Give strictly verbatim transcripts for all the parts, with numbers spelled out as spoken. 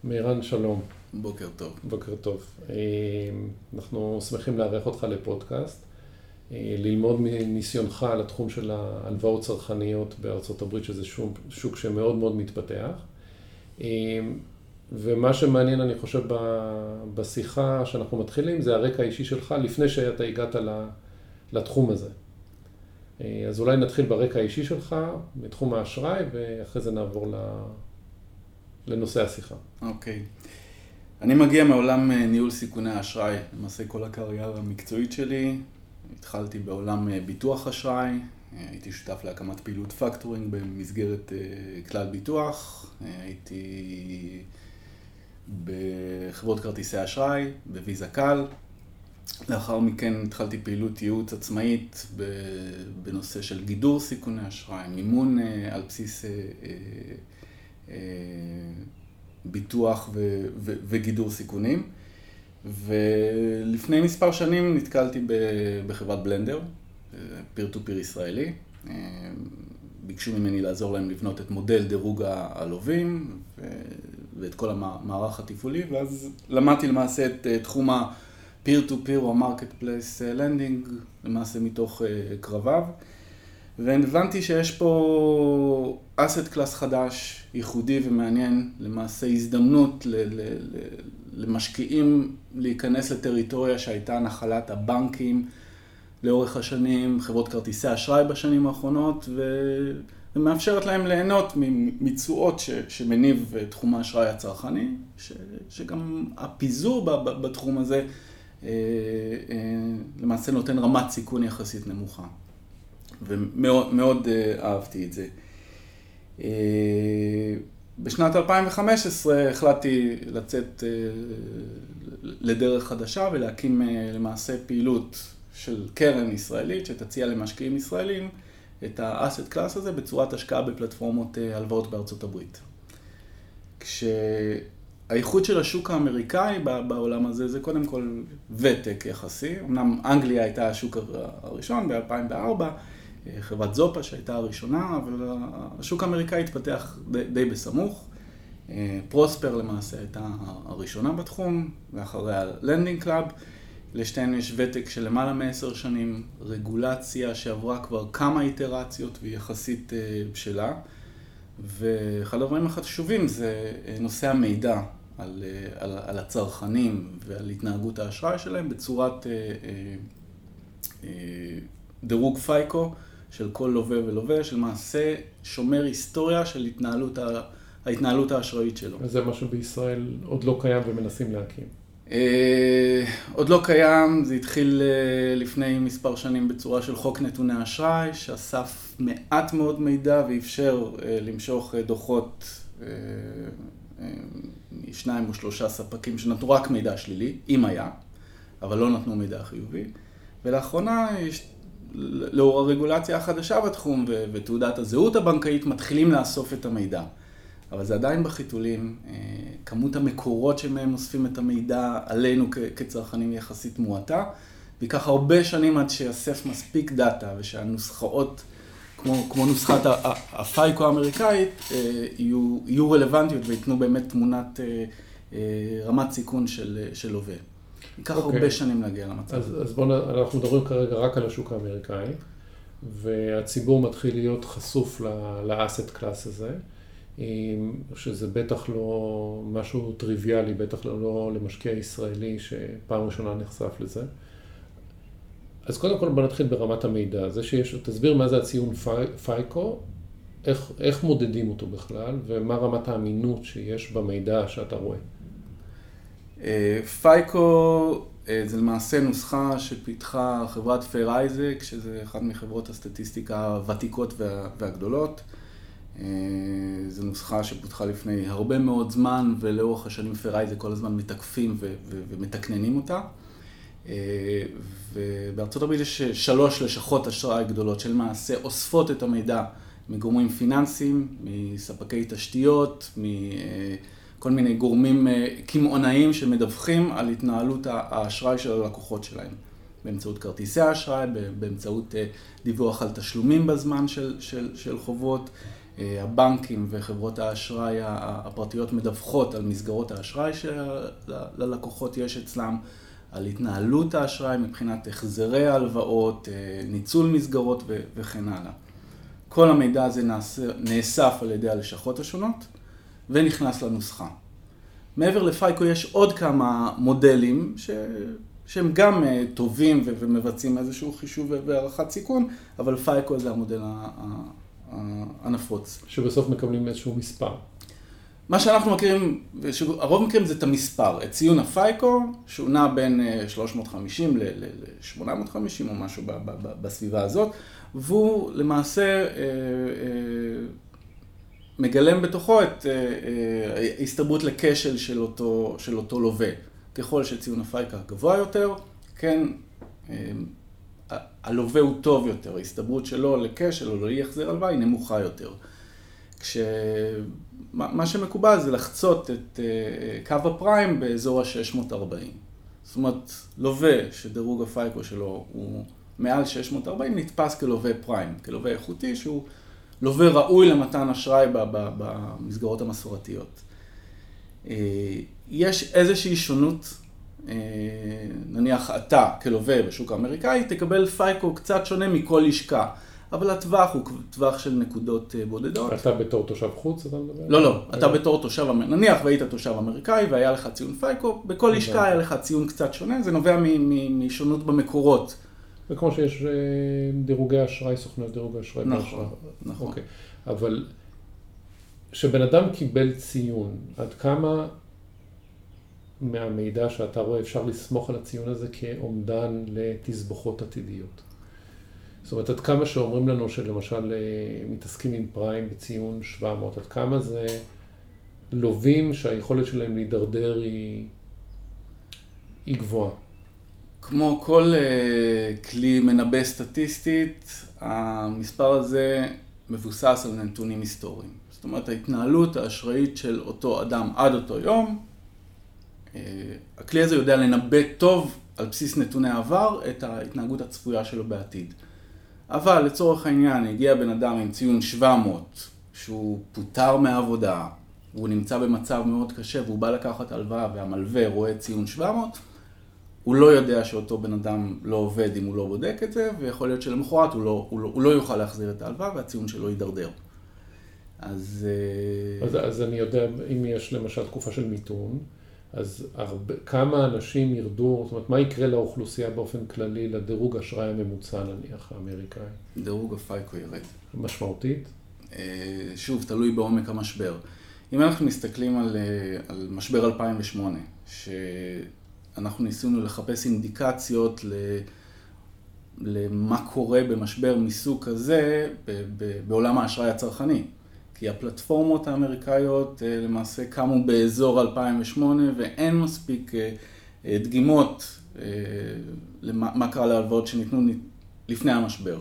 מירן, שלום. בוקר טוב. בוקר טוב. אנחנו שמחים לארח אותך לפודקאסט, ללמוד מניסיונך על התחום של ההלוואות צרכניות בארצות הברית, שזה שוק, שוק שמאוד מאוד מתפתח. ומה שמעניין, אני חושב, בשיחה שאנחנו מתחילים, זה הרקע האישי שלך לפני שאתה הגעת לתחום הזה. אז אולי נתחיל ברקע האישי שלך, בתחום האשראי, ואחרי זה נעבור לנושא השיחה. אוקיי. אני מגיע מעולם ניהול סיכוני האשראי, למעשה כל הקריירה המקצועית שלי. התחלתי בעולם ביטוח אשראי, הייתי שותף להקמת פעילות פקטורינג במסגרת כלל ביטוח, הייתי בחברות כרטיסי אשראי, בוויזה קל. לאחר מכן התחלתי פעילות ייעוץ עצמאית בנושא של גידור סיכוני אשראי, מימון על בסיס ביטוח ו- ו- וגידור סיכונים. ולפני מספר שנים נתקלתי בחברת בלנדר, פיר טו פיר ישראלי. ביקשו ממני לעזור להם לבנות את מודל דירוג הלווים ואת כל המערך התפעולי, ואז למדתי למעשה את תחום ה-peer to peer או marketplace lending, למעשה מתוך קרביו. והבנתי שיש פה asset class חדש, ייחודי ומעניין, למעשה הזדמנות ל- ל- ל- למשקיעים להיכנס לטריטוריה שהייתה נחלת הבנקים לאורך השנים, חברות כרטיסי אשראי בשנים האחרונות, ו- ומאפשרת להם ליהנות מתשואות ש- שמניב תחום האשראי הצרכני, ש- שגם הפיזור ב- ב- בתחום הזה למעשה נותן רמת סיכון יחסית נמוכה. ומאוד מאוד אהבתי את זה. בשנת אלפיים וחמש עשרה החלטתי לצאת לדרך חדשה ולהקים למעשה פעילות של קרן ישראלית שתציע למשקיעים ישראלים את ה-asset class הזה בצורת השקעה בפלטפורמות הלוואות בארצות הברית. כשהאיכות של השוק האמריקאי בעולם הזה זה קודם כל ותק יחסי. אמנם אנגליה הייתה השוק הראשון ב-אלפיים וארבע, חברת זופה שהייתה הראשונה, אבל השוק האמריקאי התפתח די, די בסמוך. פרוספר למעשה הייתה הראשונה בתחום, ואחריה לנדינג קלאב. לשתיהן יש ותק של למעלה מעשר שנים, רגולציה שעברה כבר כמה איטרציות והיא יחסית בשלה. ואחד הדברים החשובים זה נושא המידע על, על, על הצרכנים ועל התנהגות האשראי שלהם בצורת דירוג פייקו של כל לווה ולווה, של מעשה שומר היסטוריה של התנהלות, ההתנהלות האשראית שלו. אז זה משהו בישראל עוד לא קיים ומנסים להקים. עוד לא קיים, זה התחיל לפני מספר שנים בצורה של חוק נתוני אשראי, שאסף מעט מאוד מידע ואפשר למשוך דוחות משניים או שלושה ספקים שנתנו רק מידע שלילי, אם היה, אבל לא נתנו מידע חיובי. ולאחרונה יש לאור הרגולציה החדשה בתחום ותעודת הזהות הבנקאית מתחילים לאסוף את המידע. אבל זה עדיין בחיתולים, כמות המקורות שמהם אוספים את המידע עלינו כצרכנים יחסית מועטה, ויקח הרבה שנים עד שיאסף מספיק דאטה ושהנוסחאות, כמו, כמו נוסחת הפייקו האמריקאית, יהיו, יהיו רלוונטיות ויתנו באמת תמונת רמת סיכון של, של לווה. ייקח okay. הרבה שנים להגיע למצב. אז, אז בואו, אנחנו מדברים כרגע רק על השוק האמריקאי, והציבור מתחיל להיות חשוף ל-asset class הזה, שזה בטח לא משהו טריוויאלי, בטח לא למשקיע ישראלי שפעם ראשונה נחשף לזה. אז קודם כל בוא נתחיל ברמת המידע. זה שיש, תסביר מה זה הציון פייקו, איך, איך מודדים אותו בכלל, ומה רמת האמינות שיש במידע שאתה רואה. פייקו זה למעשה נוסחה שפיתחה חברת פייר אייזק, שזה אחת מחברות הסטטיסטיקה הוותיקות והגדולות. זו נוסחה שפותחה לפני הרבה מאוד זמן, ולאורך השנים פייר אייזק כל הזמן מתקפים ומתקננים אותה. ובארצות הברית יש שלוש לשכות אשראי גדולות של מעשה אוספות את המידע מגורמים פיננסיים, מספקי תשתיות, מכל מיני גורמים קמעונאיים שמדווחים על התנהלות האשראי של הלקוחות שלהם. באמצעות כרטיסי האשראי, באמצעות דיווח על תשלומים בזמן של, של, של חובות, הבנקים וחברות האשראי הפרטיות מדווחות על מסגרות האשראי שללקוחות יש אצלם, על התנהלות האשראי מבחינת החזרי ההלוואות, ניצול מסגרות וכן הלאה. כל המידע הזה נאסף על ידי הלשכות השונות ונכנס לנוסחה. מעבר לפייקו יש עוד כמה מודלים ש... שהם גם טובים ומבצעים איזשהו חישוב והערכת סיכון, אבל פייקו זה המודל הנפוץ. שבסוף מקבלים איזשהו מספר. מה שאנחנו מכירים, הרוב מכירים זה את המספר, את ציון הפייקו, שהוא נע בין שלוש מאות וחמישים ל-שמונה מאות וחמישים או משהו בסביבה הזאת, והוא למעשה מגלם בתוכו את ההסתברות לכשל של אותו, של אותו לווה. ככל שציון הפייקו גבוה יותר, כן, הלווה הוא טוב יותר, ההסתברות שלו לכשל או לא יחזר הלוואה היא נמוכה יותר. כשמה שמקובל זה לחצות את קו הפריים באזור ה-שש מאות וארבעים. זאת אומרת, לווה שדירוג הפייקו שלו הוא מעל שש מאות וארבעים נתפס כלווה פריים, כלווה איכותי שהוא לווה ראוי למתן אשראי במסגרות המסורתיות. יש איזושהי שונות, נניח אתה כלווה בשוק האמריקאי, תקבל פייקו קצת שונה מכל לשכה, אבל הטווח הוא טווח של נקודות בודדות. אתה בתור תושב חוץ, אתה מדבר? לא, לא, אתה בתור תושב, נניח והיית תושב אמריקאי והיה לך ציון פייקו, בכל לשכה היה לך ציון קצת שונה, זה נובע משונות במקורות. וכמו שיש דירוגי אשראי, סוכנות דירוג אשראי. נכון, נכון. אוקיי, אבל שבן אדם קיבל ציון, עד כמה מהמידע שאתה רואה אפשר לסמוך על הציון הזה כאומדן לתסבוכות עתידיות? זאת אומרת, עד כמה שאומרים לנו שלמשל מתעסקים עם פריים בציון שבע מאות, עד כמה זה לווים שהיכולת שלהם להידרדר היא, היא גבוהה? כמו כל uh, כלי מנבא סטטיסטית, המספר הזה מבוסס על נתונים היסטוריים. זאת אומרת, ההתנהלות האשראית של אותו אדם עד אותו יום, uh, הכלי הזה יודע לנבא טוב על בסיס נתוני העבר את ההתנהגות הצפויה שלו בעתיד. אבל לצורך העניין הגיע בן אדם עם ציון שבע מאות, שהוא פוטר מהעבודה, והוא נמצא במצב מאוד קשה והוא בא לקחת הלוואה והמלווה רואה ציון שבע מאות, הוא לא יודע שאותו בן אדם לא עובד אם הוא לא בודק את זה, ויכול להיות שלמחרת הוא לא, הוא לא, הוא לא יוכל להחזיר את ההלוואה והציון שלו יידרדר. אז... אז, אז אני יודע, אם יש למשל תקופה של מיתון, אז הרבה, כמה אנשים ירדו, זאת אומרת, מה יקרה לאוכלוסייה באופן כללי לדירוג אשראי הממוצע, נניח, האמריקאי? דירוג הפייקו ירד. משמעותית? שוב, תלוי בעומק המשבר. אם אנחנו מסתכלים על, על משבר אלפיים ושמונה, שאנחנו ניסינו לחפש אינדיקציות ל, למה קורה במשבר מסוג כזה בעולם האשראי הצרכני. כי הפלטפורמות האמריקאיות למעשה קמו באזור אלפיים ושמונה ואין מספיק דגימות למה קרה להלוואות שניתנו לפני המשבר.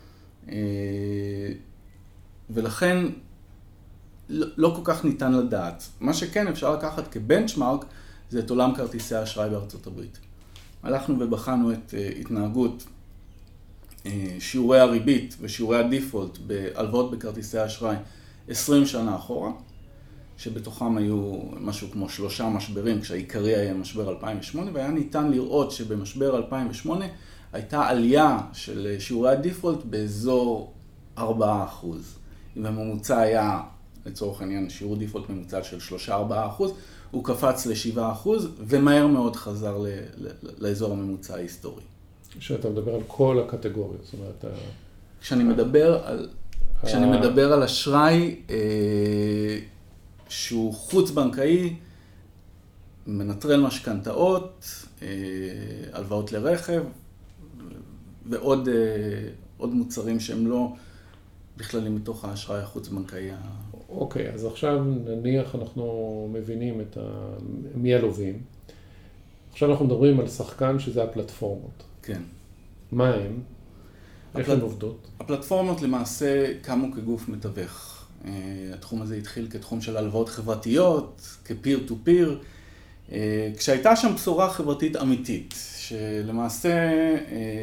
ולכן לא כל כך ניתן לדעת. מה שכן אפשר לקחת כבנצ'מרק זה את עולם כרטיסי האשראי בארצות הברית. הלכנו ובחנו את התנהגות שיעורי הריבית ושיעורי הדיפולט בהלוואות בכרטיסי האשראי עשרים שנה אחורה, שבתוכם היו משהו כמו שלושה משברים, כשהעיקרי היה משבר אלפיים ושמונה, והיה ניתן לראות שבמשבר אלפיים ושמונה הייתה עלייה של שיעורי הדיפולט באזור ארבעה אחוז. אם הממוצע היה, לצורך העניין, שיעור דיפולט ממוצע של שלושה עד ארבעה אחוז, הוא קפץ ל-שבעה אחוז, ומהר מאוד חזר ל- ל- לאזור הממוצע ההיסטורי. שאתה מדבר על כל הקטגוריות, זאת אומרת... כשאני מדבר על... כשאני מדבר על אשראי אה, שהוא חוץ-בנקאי, מנטרל משכנתאות, אה, הלוואות לרכב, ועוד אה, עוד מוצרים שהם לא בכללים מתוך האשראי החוץ-בנקאי. אוקיי, אז עכשיו נניח אנחנו מבינים את ה... מי הלווים. עכשיו אנחנו מדברים על שחקן שזה הפלטפורמות. כן. מה הם? איך הן עובדות? הפלטפורמות למעשה קמו כגוף מתווך. התחום הזה התחיל כתחום של הלוואות חברתיות, כפיר טו פיר, כשהייתה שם בשורה חברתית אמיתית, שלמעשה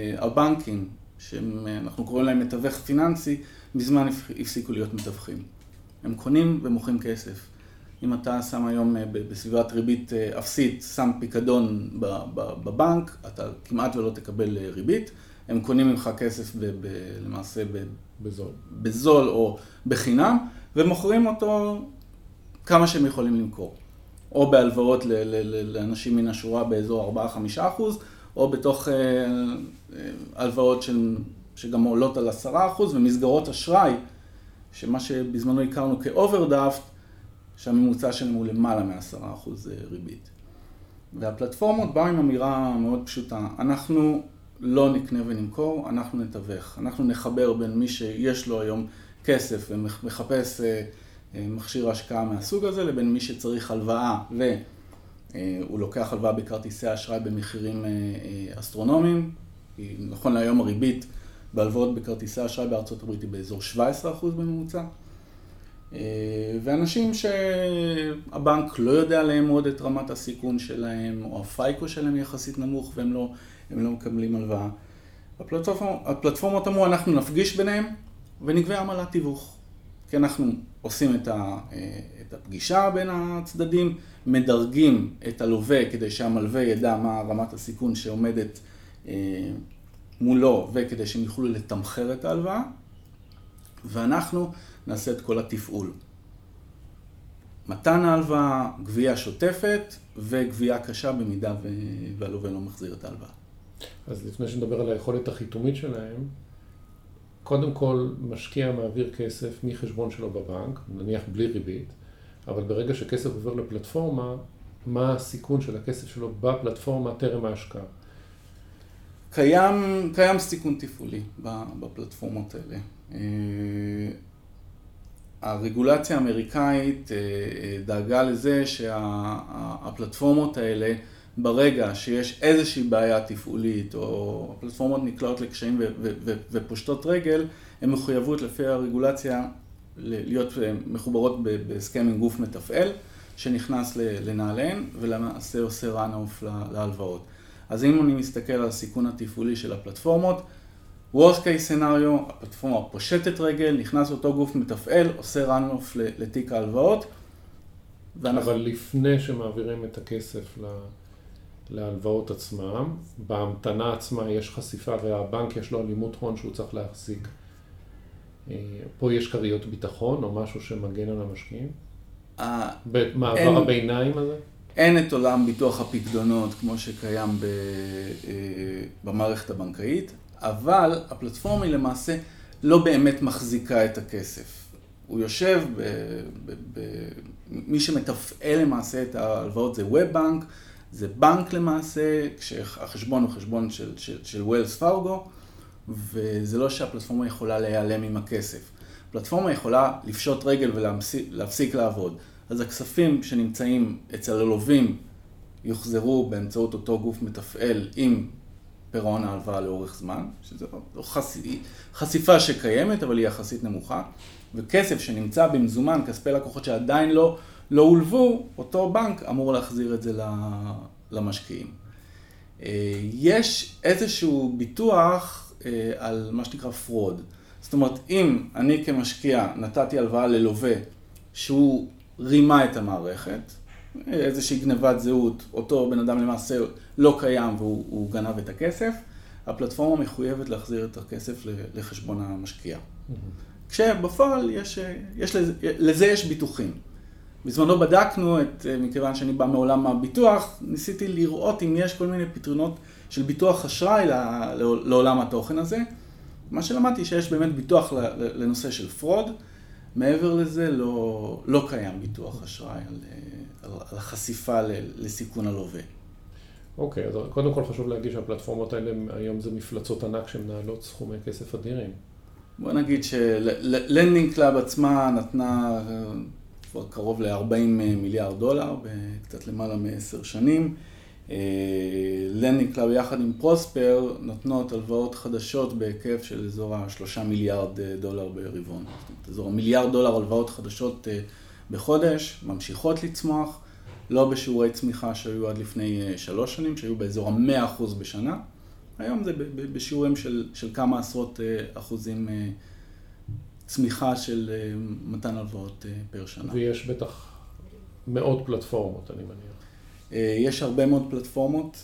הבנקים, שאנחנו קוראים להם מתווך פיננסי, מזמן הפסיקו להיות מתווכים. הם קונים ומוכרים כסף. אם אתה שם היום בסביבת ריבית אפסית, שם פיקדון בבנק, אתה כמעט ולא תקבל ריבית. הם קונים ממך כסף ב, ב, למעשה ב, בזול. בזול או בחינם, ומוכרים אותו כמה שהם יכולים למכור. או בהלוואות ל, ל, ל, לאנשים מן השורה באזור ארבעה עד חמישה אחוז, או בתוך אה, הלוואות של, שגם עולות על עשרה אחוז, ומסגרות אשראי, שמה שבזמנו הכרנו כאוברדאפט, שהממוצע שלהם הוא למעלה מ-עשרה אחוז ריבית. והפלטפורמות באו עם אמירה מאוד פשוטה, אנחנו לא נקנה ונמכור, אנחנו נתווך. אנחנו נחבר בין מי שיש לו היום כסף ומחפש מכשיר השקעה מהסוג הזה, לבין מי שצריך הלוואה והוא לוקח הלוואה בכרטיסי אשראי במחירים אסטרונומיים. נכון להיום הריבית בהלוואות בכרטיסי אשראי בארצות הברית היא באזור שבעה עשר אחוז בממוצע. ואנשים שהבנק לא יודע לאמוד את רמת הסיכון שלהם, או הפייקו שלהם יחסית נמוך והם לא, הם לא מקבלים הלוואה. הפלטפורמות, הפלטפורמות אמרו, אנחנו נפגיש ביניהם ונגבה עמלת תיווך. כי אנחנו עושים את, ה, את הפגישה בין הצדדים, מדרגים את הלווה כדי שהמלווה ידע מה רמת הסיכון שעומדת מולו, וכדי שהם יוכלו לתמחר את ההלוואה, ואנחנו נעשה את כל התפעול. מתן ההלוואה, גבייה שוטפת וגבייה קשה במידה והלווה לא מחזיר את ההלוואה. אז לפני שנדבר על היכולת החיתומית שלהם, קודם כל משקיע מעביר כסף מחשבון שלו בבנק, נניח בלי ריבית, אבל ברגע שכסף עובר לפלטפורמה, מה הסיכון של הכסף שלו בפלטפורמה טרם ההשקעה? קיים, קיים סיכון תפעולי בפלטפורמות האלה. הרגולציה האמריקאית דאגה לזה שהפלטפורמות האלה, ברגע שיש איזושהי בעיה תפעולית, או הפלטפורמות נקלעות לקשיים ופושטות רגל, הן מחויבות לפי הרגולציה להיות מחוברות בהסכם עם גוף מתפעל, שנכנס לנעליהן ולמעשה עושה רן-אוף להלוואות. אז אם אני מסתכל על הסיכון התפעולי של הפלטפורמות, worst case scenario, הפלטפורמה פושטת רגל, נכנס אותו גוף מתפעל, עושה רן-אוף לתיק ההלוואות. ואנחנו... אבל לפני שמעבירים את הכסף להלוואות עצמם, בהמתנה עצמה יש חשיפה והבנק יש לו אלימות הון שהוא צריך להחזיק. פה יש קריות ביטחון או משהו שמגן על המשקיעים? במעבר הביניים הזה? אין את עולם ביטוח הפקדונות כמו שקיים במערכת הבנקאית, אבל הפלטפורמה היא למעשה לא באמת מחזיקה את הכסף. הוא יושב, ב, ב, ב, מי שמתפעל למעשה את ההלוואות זה ווב בנק, זה בנק למעשה, כשהחשבון הוא חשבון של, של, של ווילס פארגו, וזה לא שהפלטפורמה יכולה להיעלם עם הכסף. הפלטפורמה יכולה לפשוט רגל ולהפסיק לעבוד. אז הכספים שנמצאים אצל הלווים יוחזרו באמצעות אותו גוף מתפעל עם פירעון ההלוואה לאורך זמן, שזו חשיפה שקיימת, אבל היא יחסית נמוכה. וכסף שנמצא במזומן, כספי לקוחות שעדיין לא, לא הולוו, אותו בנק אמור להחזיר את זה למשקיעים. יש איזשהו ביטוח על מה שנקרא פרוד. זאת אומרת, אם אני כמשקיע נתתי הלוואה ללווה שהוא רימה את המערכת, איזושהי גנבת זהות, אותו בן אדם למעשה לא קיים והוא גנב את הכסף, הפלטפורמה מחויבת להחזיר את הכסף לחשבון המשקיע. Mm-hmm. כשבפועל יש, יש לזה, לזה יש ביטוחים. בזמנו בדקנו, את, מכיוון שאני בא מעולם הביטוח, ניסיתי לראות אם יש כל מיני פתרונות של ביטוח אשראי לעולם התוכן הזה. מה שלמדתי שיש באמת ביטוח לנושא של פרוד, מעבר לזה לא, לא קיים ביטוח אשראי על, על, על החשיפה לסיכון הלווה. אוקיי, אז קודם כל חשוב להגיד שהפלטפורמות האלה היום זה מפלצות ענק שמנהלות סכומי כסף אדירים. בוא נגיד שלנדינג קלאב עצמה נתנה כבר קרוב ל-ארבעים מיליארד דולר, קצת למעלה מ-עשר שנים. לנדינג קלאב יחד עם פרוספר נותנות הלוואות חדשות בהיקף של אזור ה-שלושה מיליארד דולר ברבעון. זאת אומרת, אזור המיליארד דולר הלוואות חדשות בחודש, ממשיכות לצמוח, לא בשיעורי צמיחה שהיו עד לפני שלוש שנים, שהיו באזור ה-מאה אחוז בשנה. היום זה בשיעורים של, של כמה עשרות אחוזים צמיחה של מתן הלוואות פר שנה. ויש בטח מאות פלטפורמות, אני מניח. יש הרבה מאוד פלטפורמות.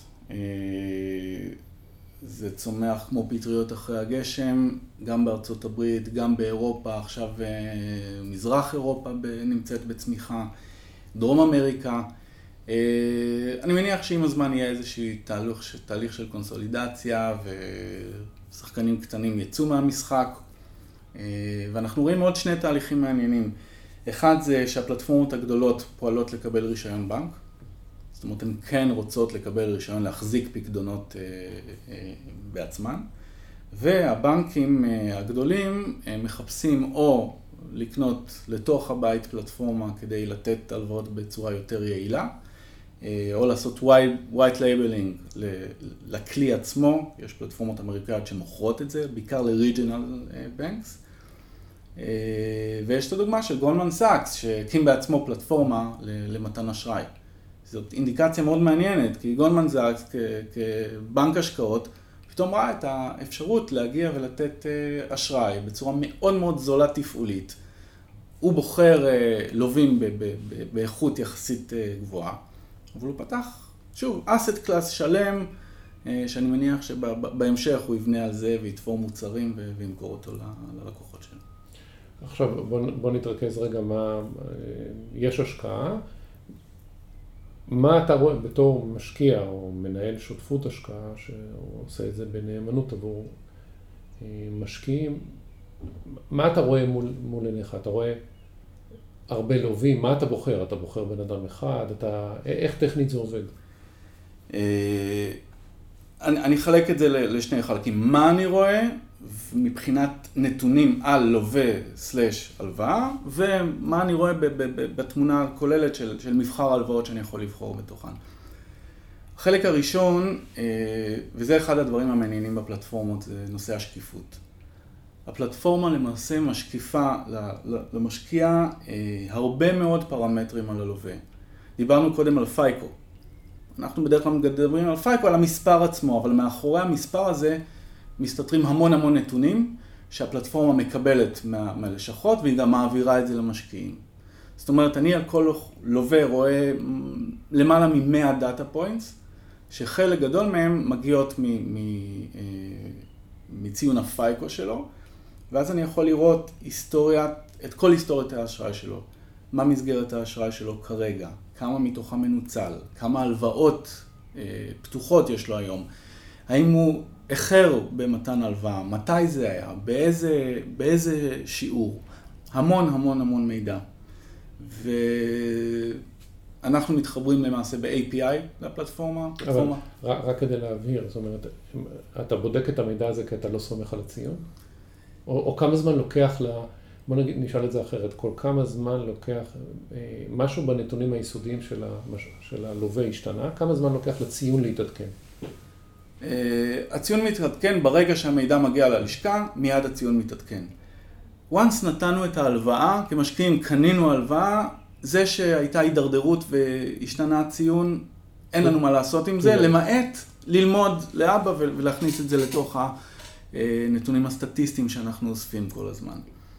זה צומח כמו פטריות אחרי הגשם, גם בארצות הברית, גם באירופה, עכשיו מזרח אירופה נמצאת בצמיחה, דרום אמריקה. אני מניח שעם הזמן יהיה איזשהו תהליך, תהליך של קונסולידציה ושחקנים קטנים יצאו מהמשחק. ואנחנו רואים עוד שני תהליכים מעניינים. אחד זה שהפלטפורמות הגדולות פועלות לקבל רישיון בנק. זאת אומרת, הן כן רוצות לקבל רישיון להחזיק פקדונות בעצמן. והבנקים הגדולים מחפשים או לקנות לתוך הבית פלטפורמה כדי לתת הלוואות בצורה יותר יעילה, או לעשות white labeling לכלי עצמו. יש פלטפורמות אמריקאיות שמוכרות את זה, בעיקר ל-regional banks. ויש את הדוגמה של גולדמן סאקס, שהקים בעצמו פלטפורמה למתן אשראי. זאת אינדיקציה מאוד מעניינת, כי גולדמן סאקס כבנק השקעות, פתאום ראה את האפשרות להגיע ולתת אשראי בצורה מאוד מאוד זולה תפעולית. הוא בוחר לווים באיכות יחסית גבוהה, אבל הוא פתח, שוב, asset class שלם, שאני מניח שבהמשך הוא יבנה על זה ויתפור מוצרים וימכור אותו ללקוחות שלו. עכשיו בוא, בוא נתרכז רגע מה, יש השקעה, מה אתה רואה בתור משקיע או מנהל שותפות השקעה שעושה את זה בנאמנות עבור משקיעים, מה אתה רואה מול, מול עיניך? אתה רואה הרבה לווים, מה אתה בוחר? אתה בוחר בן אדם אחד, אתה, איך טכנית זה עובד? אני, אני חלק את זה לשני חלקים. מה אני רואה מבחינת נתונים על לווה סלש הלוואה, ומה אני רואה ב, ב, ב, בתמונה הכוללת של, של מבחר הלוואות שאני יכול לבחור בתוכן. החלק הראשון, וזה אחד הדברים המעניינים בפלטפורמות, זה נושא השקיפות. הפלטפורמה למעשה משקיפה למשקיע הרבה מאוד פרמטרים על הלווה. דיברנו קודם על פייקו. אנחנו בדרך כלל מדברים על פייקו, על המספר עצמו, אבל מאחורי המספר הזה מסתתרים המון המון נתונים שהפלטפורמה מקבלת מה, מהלשכות, והיא גם מעבירה את זה למשקיעים. זאת אומרת, אני על כל לווה רואה למעלה מ-מאה דאטה פוינטס, שחלק גדול מהם מגיעות מ, מ, מציון הפייקו שלו, ואז אני יכול לראות היסטוריה, את כל היסטוריית האשראי שלו. מה מסגרת האשראי שלו כרגע, כמה מתוכה מנוצל, כמה הלוואות אה, פתוחות יש לו היום, האם הוא אחר במתן הלוואה, מתי זה היה, באיזה, באיזה שיעור, המון המון המון מידע. ואנחנו מתחברים למעשה ב-איי פי איי לפלטפורמה. אבל רק, רק כדי להבהיר, זאת אומרת, אתה בודק את המידע הזה כי אתה לא סומך על הציון? או, או כמה זמן לוקח לה... בוא נגיד, נשאל את זה אחרת, כל כמה זמן לוקח, משהו בנתונים היסודיים של, המש, של הלווה השתנה, כמה זמן לוקח לציון להתעדכן? הציון מתעדכן ברגע שהמידע מגיע ללשכה, מיד הציון מתעדכן. once נתנו את ההלוואה, כמשקיעים קנינו הלוואה, זה שהייתה הידרדרות והשתנה הציון, אין לנו מה לעשות עם זה, למעט ללמוד לאבא ולהכניס את זה לתוך הנתונים הסטטיסטיים שאנחנו אוספים כל הזמן.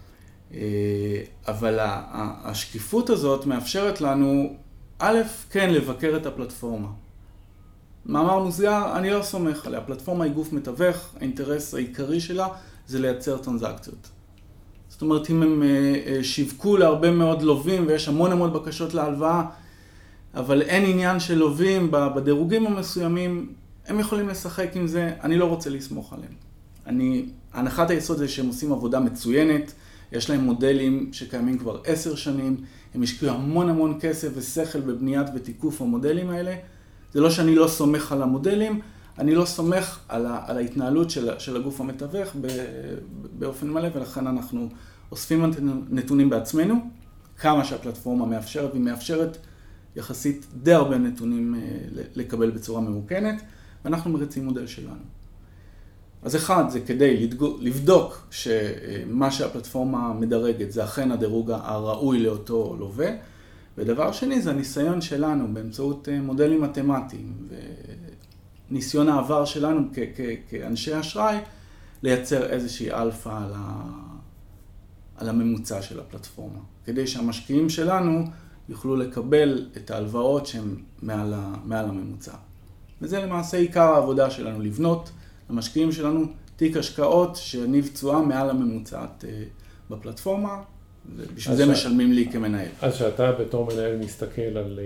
אבל השקיפות הזאת מאפשרת לנו, א', כן, לבקר את הפלטפורמה. מאמר מוסגר, אני לא סומך עליה. הפלטפורמה היא גוף מתווך, האינטרס העיקרי שלה זה לייצר טרנזקציות. זאת אומרת, אם הם שיווקו להרבה מאוד לווים ויש המון המון בקשות להלוואה, אבל אין עניין של לווים בדירוגים המסוימים, הם יכולים לשחק עם זה, אני לא רוצה לסמוך עליהם. אני, הנחת היסוד זה שהם עושים עבודה מצוינת, יש להם מודלים שקיימים כבר עשר שנים, הם השקיעו המון המון כסף ושכל בבניית ותיקוף המודלים האלה. זה לא שאני לא סומך על המודלים, אני לא סומך על, ה, על ההתנהלות של, של הגוף המתווך באופן מלא, ולכן אנחנו אוספים נתונים בעצמנו, כמה שהפלטפורמה מאפשרת, והיא מאפשרת יחסית די הרבה נתונים לקבל בצורה ממוכנת, ואנחנו מריצים מודל שלנו. אז אחד, זה כדי לבדוק שמה שהפלטפורמה מדרגת זה אכן הדירוג הראוי לאותו לווה, ודבר שני זה הניסיון שלנו באמצעות מודלים מתמטיים וניסיון העבר שלנו כ- כ- כאנשי אשראי לייצר איזושהי אלפא על, ה- על הממוצע של הפלטפורמה, כדי שהמשקיעים שלנו יוכלו לקבל את ההלוואות שהן מעל, ה, מעל הממוצע. וזה למעשה עיקר העבודה שלנו, לבנות למשקיעים שלנו תיק השקעות שיניב תשואה מעל הממוצעת בפלטפורמה, ובשביל זה ש... משלמים לי כמנהל. אז שאתה בתור מנהל מסתכל על,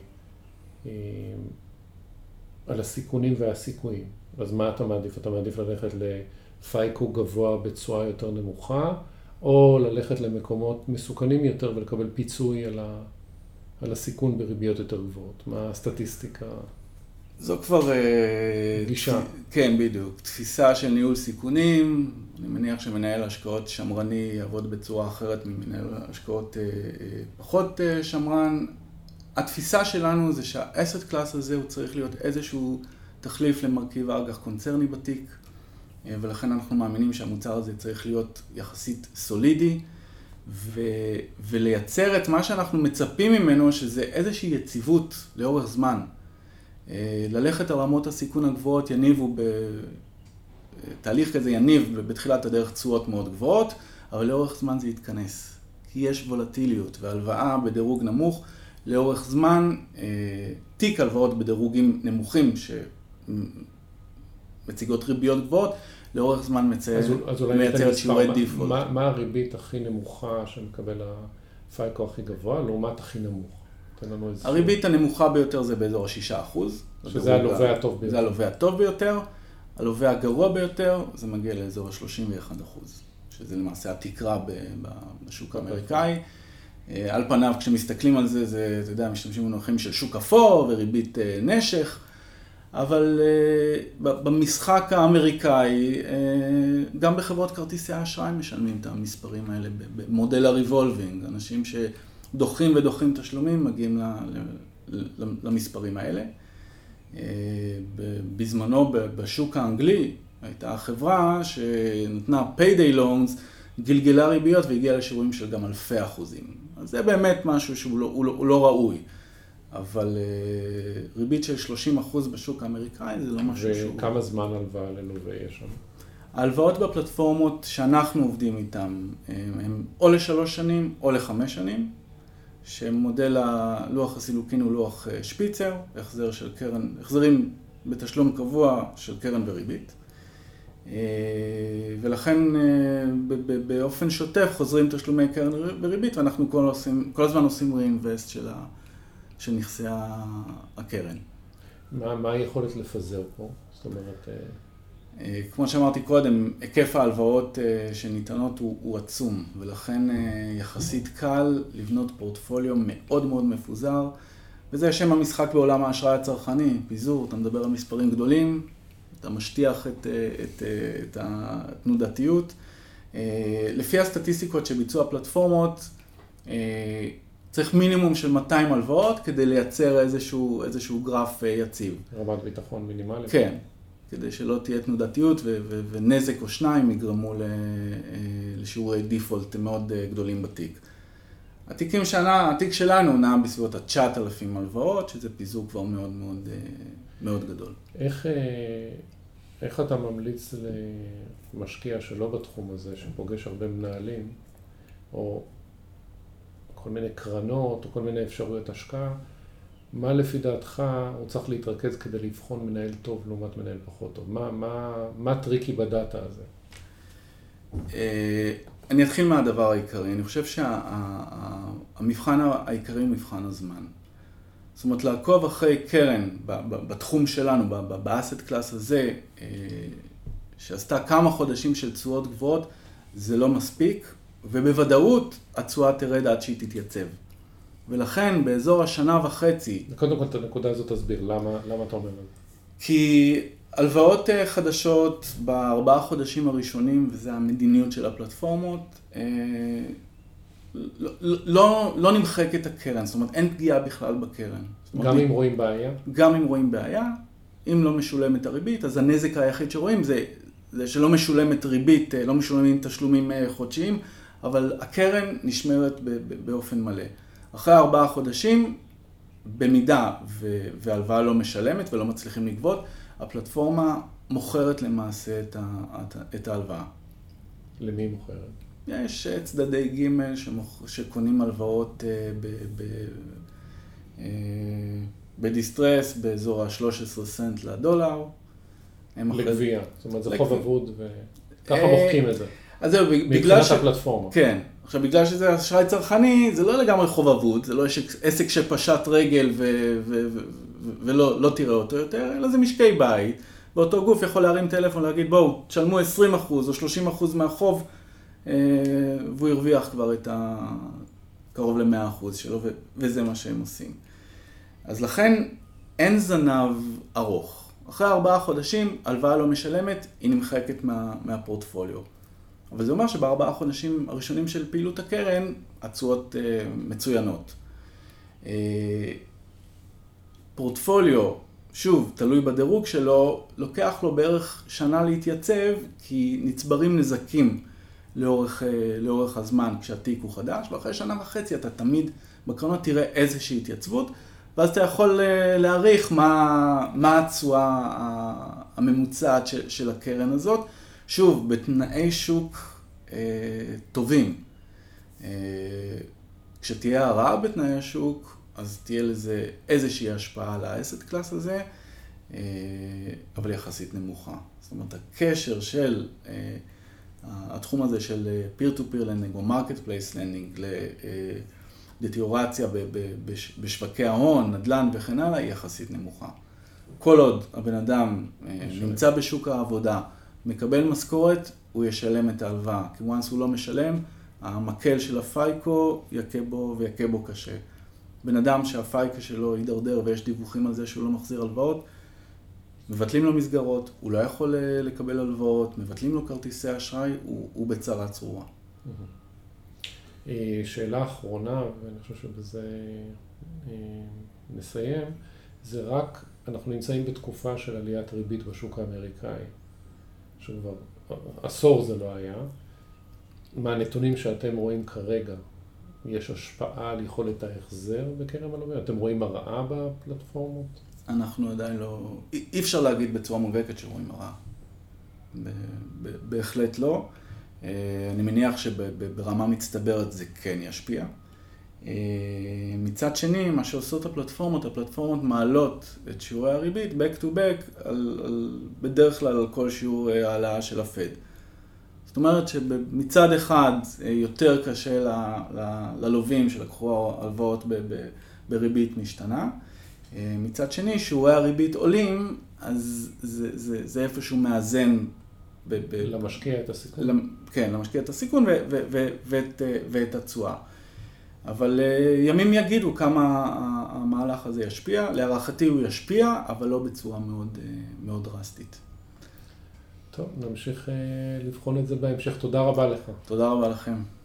על הסיכונים והסיכויים, אז מה אתה מעדיף? אתה מעדיף ללכת לפייקו גבוה בתשואה יותר נמוכה, או ללכת למקומות מסוכנים יותר ולקבל פיצוי על, ה... על הסיכון בריביות יותר גבוהות? מה הסטטיסטיקה? זו כבר... גישה. כן, בדיוק. תפיסה של ניהול סיכונים. אני מניח שמנהל השקעות שמרני יעבוד בצורה אחרת ממנהל השקעות פחות שמרן. התפיסה שלנו זה שהאסט קלאס הזה הוא צריך להיות איזשהו תחליף למרכיב אג"ח קונצרני בתיק, ולכן אנחנו מאמינים שהמוצר הזה צריך להיות יחסית סולידי, ו... ולייצר את מה שאנחנו מצפים ממנו, שזה איזושהי יציבות לאורך זמן. ללכת על רמות הסיכון הגבוהות יניבו, בתהליך כזה יניב בתחילת הדרך תשואות מאוד גבוהות, אבל לאורך זמן זה יתכנס. כי יש וולטיליות והלוואה בדירוג נמוך, לאורך זמן תיק הלוואות בדירוגים נמוכים שמציגות ריביות גבוהות, לאורך זמן מייצרת שיעורי דיפולט. מה, מה הריבית הכי נמוכה שמקבל הפייקו הכי גבוה, לעומת הכי נמוך? הריבית הנמוכה ביותר זה באזור ה-שישה אחוז. שזה הלווה הטוב ביותר. זה הלווה הטוב ביותר. הלווה הגרוע ביותר זה מגיע לאזור ה-שלושים ואחד אחוז, שזה למעשה התקרה בשוק האמריקאי. על פניו, כשמסתכלים על זה, זה, אתה יודע, משתמשים במונחים של שוק אפור וריבית נשך, אבל במשחק האמריקאי, גם בחברות כרטיסי האשראי משלמים את המספרים האלה במודל הריבולבינג. אנשים שדוחים ודוחים תשלומים מגיעים למספרים האלה. בזמנו בשוק האנגלי הייתה חברה שנתנה payday loans, גלגלה ריביות והגיעה לשיעורים של גם אלפי אחוזים. אז זה באמת משהו שהוא לא, הוא לא, הוא לא ראוי. אבל ריבית של שלושים אחוז בשוק האמריקאי זה לא משהו שהוא... וכמה זמן הלוואה ללווה יש שם? ההלוואות בפלטפורמות שאנחנו עובדים איתן הם או לשלוש שנים או לחמש שנים, שמודל הלוח הסילוקין הוא לוח שפיצר, החזר של קרן, החזרים בתשלום קבוע של קרן וריבית. ולכן באופן שוטף חוזרים תשלומי קרן וריבית, ואנחנו כל, עושים, כל הזמן עושים ריינבסט של, ה, של נכסי הקרן. מה, מה היכולת לפזר פה? זאת אומרת... כמו שאמרתי קודם, היקף ההלוואות שניתנות הוא, הוא עצום, ולכן יחסית קל לבנות פורטפוליו מאוד מאוד מפוזר, וזה שם המשחק בעולם האשראי הצרכני, פיזור, אתה מדבר על מספרים גדולים, אתה משטיח את, את, את התנודתיות. לפי הסטטיסטיקות שביצעו הפלטפורמות, צריך מינימום של מאתיים הלוואות כדי לייצר איזשהו, איזשהו גרף יציב. רמת ביטחון מינימלית. כן, כדי שלא תהיה תנודתיות ו- ו- ונזק או שניים יגרמו לשיעורי דיפולט מאוד גדולים בתיק. התיקים שנה, התיק שלנו נע בסביבות ה-תשעת אלפים הלוואות, שזה פיזור כבר מאוד מאוד, מאוד גדול. איך, איך אתה ממליץ למשקיע שלא בתחום הזה, שפוגש הרבה מנהלים, או כל מיני קרנות, או כל מיני אפשרויות השקעה, מה לפי דעתך הוא צריך להתרכז כדי לבחון מנהל טוב לעומת מנהל פחות טוב? מה, מה, מה טריקי בדאטה הזה? אני אתחיל מהדבר העיקרי. אני חושב שהמבחן העיקרי הוא מבחן הזמן. זאת אומרת, לעקוב אחרי קרן בתחום שלנו, באסט קלאס הזה, שעשתה כמה חודשים של תשואות גבוהות, זה לא מספיק, ובוודאות התשואה תרד עד שהיא תתייצב. ולכן באזור השנה וחצי... קודם כל את הנקודה הזאת תסביר, למה, למה אתה אומר את זה? כי הלוואות חדשות בארבעה חודשים הראשונים, וזה המדיניות של הפלטפורמות, לא, לא, לא נמחק את הקרן, זאת אומרת אין פגיעה בכלל בקרן. גם אם רואים בעיה? גם אם רואים בעיה, אם לא משולמת הריבית, אז הנזק היחיד שרואים זה, זה שלא משולמת ריבית, לא משולמים תשלומים חודשיים, אבל הקרן נשמרת באופן מלא. אחרי ארבעה חודשים, במידה והלוואה לא משלמת ולא מצליחים לגבות, הפלטפורמה מוכרת למעשה את ההלוואה. למי מוכרת? יש צדדי ג' שקונים הלוואות ב... ב... בדיסטרס באזור ה-שלושה עשר סנט לדולר. לגבייה, זאת אומרת זה חוב אבוד וככה מוחקים את זה. אז זהו, בגלל ש... הפלטפורמה. כן, עכשיו בגלל שזה אשראי צרכני, זה לא לגמרי חוב אבוד, זה לא עסק שפשט רגל ו... ו... ו... ולא לא תראה אותו יותר, אלא זה משקי בית, ואותו גוף יכול להרים טלפון ולהגיד בואו, תשלמו עשרים אחוז או שלושים אחוז מהחוב, והוא הרוויח כבר את ה... קרוב ל-מאה אחוז שלו, ו... וזה מה שהם עושים. אז לכן אין זנב ארוך. אחרי ארבעה חודשים, הלוואה לא משלמת, היא נמחקת מה, מהפורטפוליו. אבל זה אומר שבארבעה חודשים הראשונים של פעילות הקרן, התשואות אה, מצוינות. אה, פורטפוליו, שוב, תלוי בדירוג שלו, לוקח לו בערך שנה להתייצב, כי נצברים נזקים לאורך, אה, לאורך הזמן כשהתיק הוא חדש, ואחרי שנה וחצי אתה תמיד בקרנות תראה איזושהי התייצבות, ואז אתה יכול להעריך מה, מה התשואה הממוצעת של, של הקרן הזאת. שוב, בתנאי שוק אה, טובים. אה, כשתהיה הרעה בתנאי השוק, אז תהיה לזה איזושהי השפעה על האסט קלאס הזה, אה, אבל יחסית נמוכה. זאת אומרת, הקשר של אה, התחום הזה של peer-to-peer lending או marketplace lending ל... אה, דטיורציה בשווקי ההון, נדל"ן וכן הלאה, היא יחסית נמוכה. כל עוד הבן אדם נמצא בשוק העבודה, מקבל משכורת, הוא ישלם את ההלוואה. כי once הוא לא משלם, המקל של הפייקו יכה בו ויכה בו קשה. בן אדם שהפייקו שלו יידרדר ויש דיווחים על זה שהוא לא מחזיר הלוואות, מבטלים לו מסגרות, הוא לא יכול לקבל הלוואות, מבטלים לו כרטיסי אשראי, הוא, הוא בצרה צרורה. שאלה אחרונה, ואני חושב שבזה נסיים, זה רק, אנחנו נמצאים בתקופה של עליית ריבית בשוק האמריקאי, שכבר עשור זה לא היה. מהנתונים שאתם רואים כרגע, יש השפעה על יכולת ההחזר בקרן מלווים? אתם רואים הרעה בפלטפורמות? אנחנו עדיין לא, אי אפשר להגיד בצורה מובהקת שרואים הרעה. בהחלט לא. אני מניח שברמה מצטברת זה כן ישפיע. מצד שני, מה שעושות הפלטפורמות, הפלטפורמות מעלות את שיעורי הריבית back to back, על, על, בדרך כלל על כל שיעור העלאה של הפד. זאת אומרת שמצד אחד יותר קשה ל, ל, ללווים שלקחו הלוואות ב, ב, בריבית משתנה. מצד שני, שיעורי הריבית עולים, אז זה, זה, זה איפשהו מאזן ב, ב, למשקיע את הסיכון. כן, למשקיע את הסיכון ו, ו, ו, ואת, ואת התשואה. אבל ימים יגידו כמה המהלך הזה ישפיע. להערכתי הוא ישפיע, אבל לא בצורה מאוד, מאוד דרסטית. טוב, נמשיך לבחון את זה בהמשך. תודה רבה לך. תודה רבה לכם.